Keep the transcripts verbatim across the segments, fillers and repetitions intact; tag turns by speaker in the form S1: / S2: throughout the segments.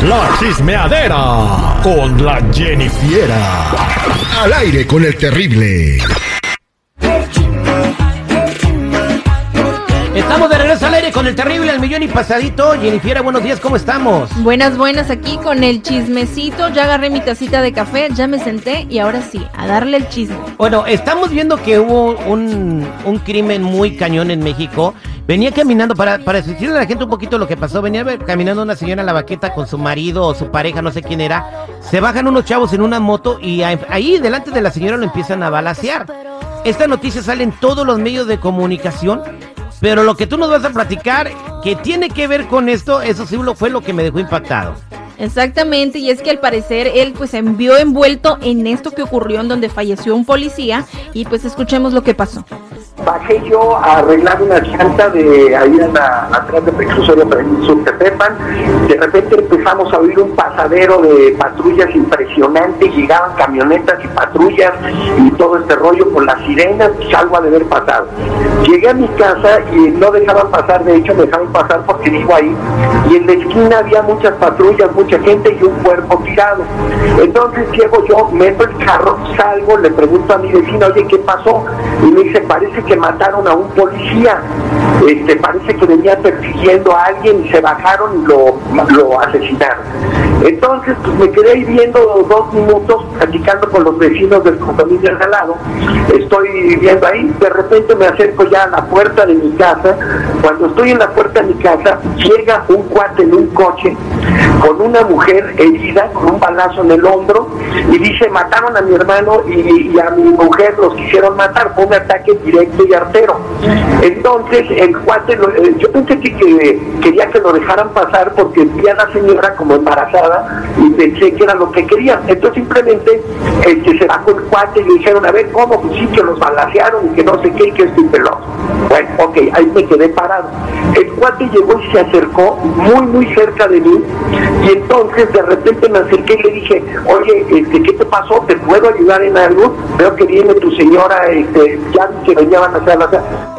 S1: La Chismeadera con la Jennifiera. Al aire con el terrible.
S2: Estamos de regreso al aire con el terrible al millón y pasadito. Jennifiera, buenos días, ¿cómo estamos?
S3: Buenas, buenas, aquí con el chismecito. Ya agarré mi tacita de café, ya me senté y ahora sí, a darle el chisme.
S2: Bueno, estamos viendo que hubo un, un crimen muy cañón en México. Venía caminando, para, para decirle a la gente un poquito lo que pasó, venía caminando una señora en la baqueta con su marido o su pareja, no sé quién era. Se bajan unos chavos en una moto y ahí delante de la señora lo empiezan a balacear. Esta noticia sale en todos los medios de comunicación, pero lo que tú nos vas a platicar, que tiene que ver con esto, eso sí fue lo que me dejó impactado.
S3: Exactamente, y es que al parecer él pues se vio envuelto en esto que ocurrió en donde falleció un policía y pues escuchemos lo que pasó.
S4: Bajé yo a arreglar una llanta de ahí en la, atrás de Preclusorio para el sur de Tepan. De repente empezamos a oír un pasadero de patrullas impresionante, llegaban camionetas y patrullas y todo este rollo con las sirenas, pues algo ha de haber pasado. Llegué a mi casa y no dejaban pasar, de hecho me dejaban pasar porque vivo ahí, y en la esquina había muchas patrullas, mucha gente y un cuerpo tirado. Entonces llego yo, meto el carro, salgo, le pregunto a mi vecina, oye, ¿qué pasó? Y me dice, parece que mataron a un policía, este, parece que venía persiguiendo a alguien y se bajaron y lo, lo asesinaron. Entonces pues me quedé ahí viendo dos minutos platicando con los vecinos del condominio al lado. Estoy viendo ahí, de repente me acerco ya a la puerta de mi casa. Cuando estoy en la puerta de mi casa llega un cuate en un coche con una mujer herida, con un balazo en el hombro, y dice, mataron a mi hermano y, y a mi mujer los quisieron matar. Fue un ataque directo y artero. Entonces el cuate, lo, eh, yo pensé que, que quería que lo dejaran pasar porque vi a la señora como embarazada y pensé que era lo que querían. Entonces simplemente este, se bajó el cuate y le dijeron, a ver, ¿cómo? Pues sí, que los balacearon y que no sé qué y que esto y pelón. Bueno, ok, ahí me quedé parado. El cuate llegó y se acercó muy muy cerca de mí, y entonces de repente me acerqué y le dije, oye, este, ¿qué te pasó? ¿Te puedo ayudar en algo? Veo que viene tu señora, este, ya vi que venían a hacer la...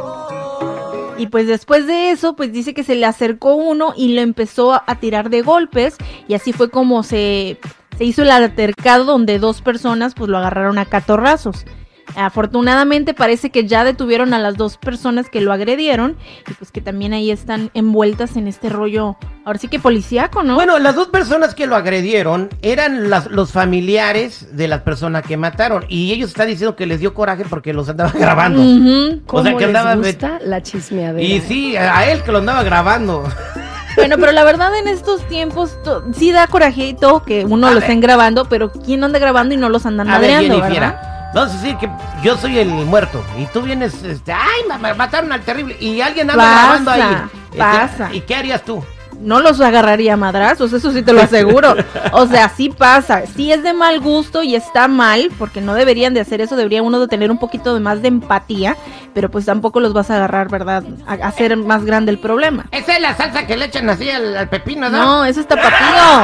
S3: Y pues después de eso, pues dice que se le acercó uno y lo empezó a, a tirar de golpes, y así fue como se, se hizo el altercado donde dos personas pues lo agarraron a catorrazos. Afortunadamente parece que ya detuvieron a las dos personas que lo agredieron y pues que también ahí están envueltas en este rollo, ahora sí que policíaco, ¿no?
S2: Bueno, las dos personas que lo agredieron eran las, los familiares de la persona que mataron, y ellos están diciendo que les dio coraje porque los andaban grabando.
S3: Uh-huh.
S5: ¿Cómo
S2: o sea, que
S5: les
S2: andaba
S5: gusta la chismeadera?
S2: Y sí, a él que lo andaba grabando.
S3: Bueno, pero la verdad en estos tiempos to- sí da corajito que uno
S2: A
S3: lo
S2: ver.
S3: estén grabando, pero ¿quién anda grabando y no los andan
S2: A ver,
S3: madreando,
S2: Jennifiera,
S3: verdad?
S2: vamos a decir que yo soy el muerto y tú vienes, este, ay, me mataron al terrible y alguien anda
S3: Pasa,
S2: grabando ahí. Este,
S3: pasa.
S2: ¿Y qué harías tú?
S3: No los agarraría a madrazos, eso sí te lo aseguro. O sea, sí pasa, sí es de mal gusto y está mal, porque no deberían de hacer eso, debería uno de tener un poquito de más de empatía, pero pues tampoco los vas a agarrar, ¿verdad? A hacer más grande el problema.
S2: Esa es la salsa que le echan así al, al pepino, ¿no?
S3: No, eso está patillo.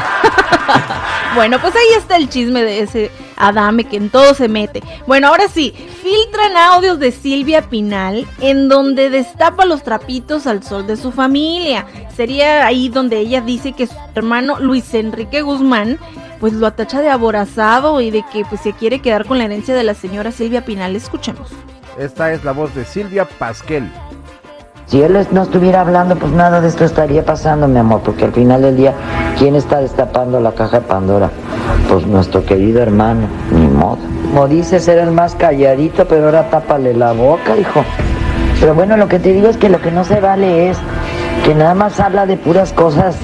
S3: Bueno, pues ahí está el chisme de ese Adame que en todo se mete. Bueno, ahora sí, filtran audios de Silvia Pinal en donde destapa los trapitos al sol de su familia. Sería ahí donde ella dice que su hermano Luis Enrique Guzmán pues lo atacha de aborazado y de que pues se quiere quedar con la herencia de la señora Silvia Pinal. Escuchemos.
S6: Esta es la voz de Silvia Pasquel.
S7: Si él no estuviera hablando, pues nada de esto estaría pasando, mi amor, porque al final del día, ¿quién está destapando la caja de Pandora? Pues nuestro querido hermano, ni modo. Como dices, era el más calladito, pero ahora tápale la boca, hijo. Pero bueno, lo que te digo es que lo que no se vale es que nada más habla de puras cosas,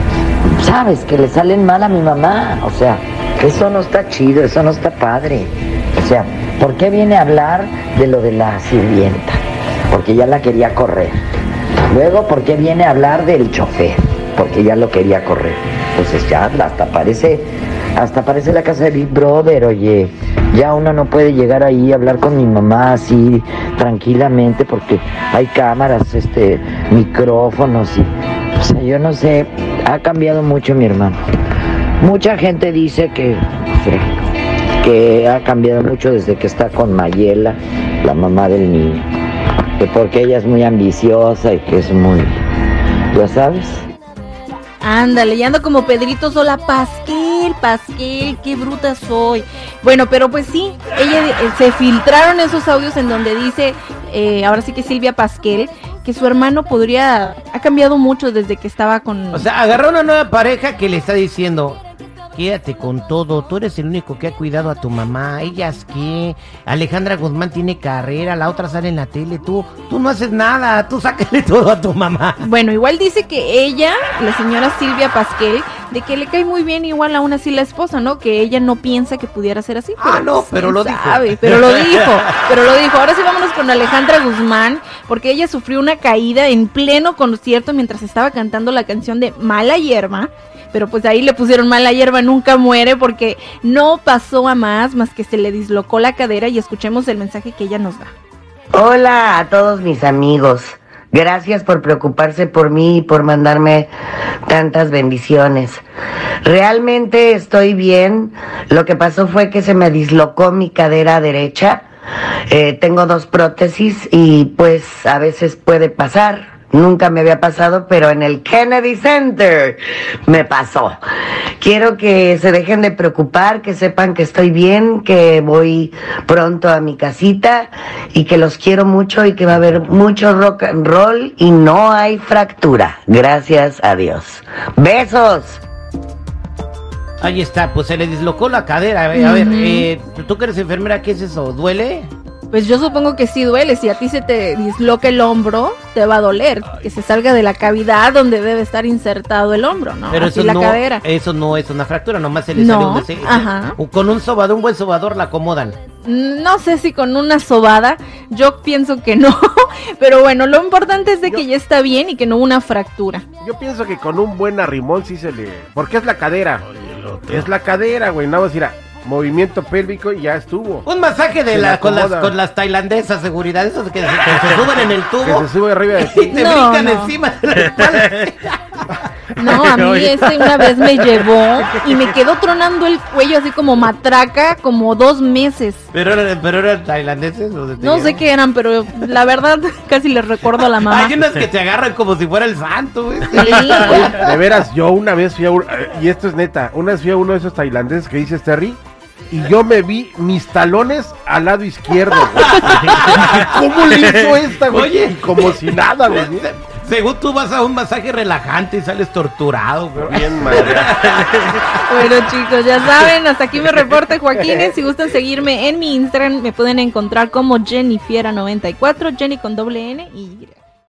S7: sabes, que le salen mal a mi mamá. O sea, eso no está chido, eso no está padre. O sea, ¿por qué viene a hablar de lo de la sirvienta? Porque ya la quería correr. Luego, ¿por qué viene a hablar del chofer? Porque ya lo quería correr. Entonces ya hasta parece, hasta parece la casa de Big Brother, oye. Ya uno no puede llegar ahí a hablar con mi mamá así tranquilamente porque hay cámaras, este, micrófonos y... O sea, yo no sé, ha cambiado mucho mi hermano. Mucha gente dice que, que ha cambiado mucho desde que está con Mayela, la mamá del niño. Que porque ella es muy ambiciosa y que es muy, ya sabes.
S3: Ándale, y ando como Pedrito Sola, Pasquel, Pasquel, qué bruta soy. Bueno, pero pues sí, ella eh, se filtraron esos audios en donde dice, eh, ahora sí que Silvia Pasquel, que su hermano podría, ha cambiado mucho desde que estaba con...
S2: O sea, agarró una nueva pareja que le está diciendo, quédate con todo, tú eres el único que ha cuidado a tu mamá, ellas qué, Alejandra Guzmán tiene carrera, la otra sale en la tele, tú, tú no haces nada, tú sácale todo a tu mamá.
S3: Bueno, igual dice que ella, la señora Silvia Pasquel, de que le cae muy bien igual aún así la esposa, ¿no? Que ella no piensa que pudiera ser así.
S2: Ah, no, pero lo
S3: sabe,
S2: dijo.
S3: Pero lo dijo, pero lo dijo. Ahora sí vámonos con Alejandra Guzmán, porque ella sufrió una caída en pleno concierto mientras estaba cantando la canción de Mala Hierba. Pero pues ahí le pusieron Mala Hierba Nunca Muere porque no pasó a más, más que se le dislocó la cadera y escuchemos el mensaje que ella nos da.
S7: Hola a todos mis amigos. Gracias por preocuparse por mí y por mandarme tantas bendiciones. Realmente estoy bien. Lo que pasó fue que se me dislocó mi cadera derecha. Eh, tengo dos prótesis y pues a veces puede pasar. Nunca me había pasado, pero en el Kennedy Center me pasó. Quiero que se dejen de preocupar, que sepan que estoy bien, que voy pronto a mi casita y que los quiero mucho y que va a haber mucho rock and roll y no hay fractura. Gracias a Dios. ¡Besos!
S2: Ahí está, pues se le dislocó la cadera. A ver, a ver, eh, tú que eres enfermera, ¿qué es eso? ¿Duele?
S3: Pues yo supongo que sí duele, si a ti se te disloca el hombro, te va a doler, que se salga de la cavidad donde debe estar insertado el hombro, ¿no?
S2: Pero
S3: así
S2: eso
S3: la
S2: no,
S3: cadera.
S2: eso no es una fractura, nomás se le
S3: No,
S2: salió un dese-
S3: ajá.
S2: Con un sobador, un buen sobador la acomodan.
S3: No sé si con una sobada, yo pienso que no, pero bueno, lo importante es de que ya está bien y que no hubo una fractura.
S6: Yo pienso que con un buen arrimón sí se le... Porque es la cadera. Es la cadera, güey. Nada más ir a movimiento pélvico y ya estuvo.
S2: Un masaje de
S6: Se
S2: la,
S6: le
S2: con las
S6: acomoda.
S2: con las tailandesas, seguridad, esos que, se- que se suben en el
S6: Que
S2: tubo
S6: se sube arriba de
S2: y
S6: ti.
S2: te
S3: No,
S2: brincan
S3: no.
S2: encima de la espalda.
S3: No, a mí
S2: Oye.
S3: ese una vez me llevó y me quedó tronando el cuello así como matraca como dos meses.
S2: Pero eran, pero eran tailandeses. ¿O de-
S3: No sé qué eran, pero la verdad casi les recuerdo a la mamá.
S2: Hay unas que te agarran como si fuera el santo, güey.
S3: Sí.
S6: De veras, yo una vez fui a un... eh, Y esto es neta. Una vez fui a uno de esos tailandeses que dices, Terry, y yo me vi mis talones al lado izquierdo, güey. Dije, ¿cómo le hizo esta, güey?
S2: Oye.
S6: Y como si nada, güey.
S2: Según tú vas a un masaje relajante y sales torturado, güey.
S6: Bien madre.
S3: Bueno, chicos, ya saben, hasta aquí me reporte Joaquines. Si gustan seguirme en mi Instagram, me pueden encontrar como Jennifiera noventa y cuatro, Jenny con doble N y Y.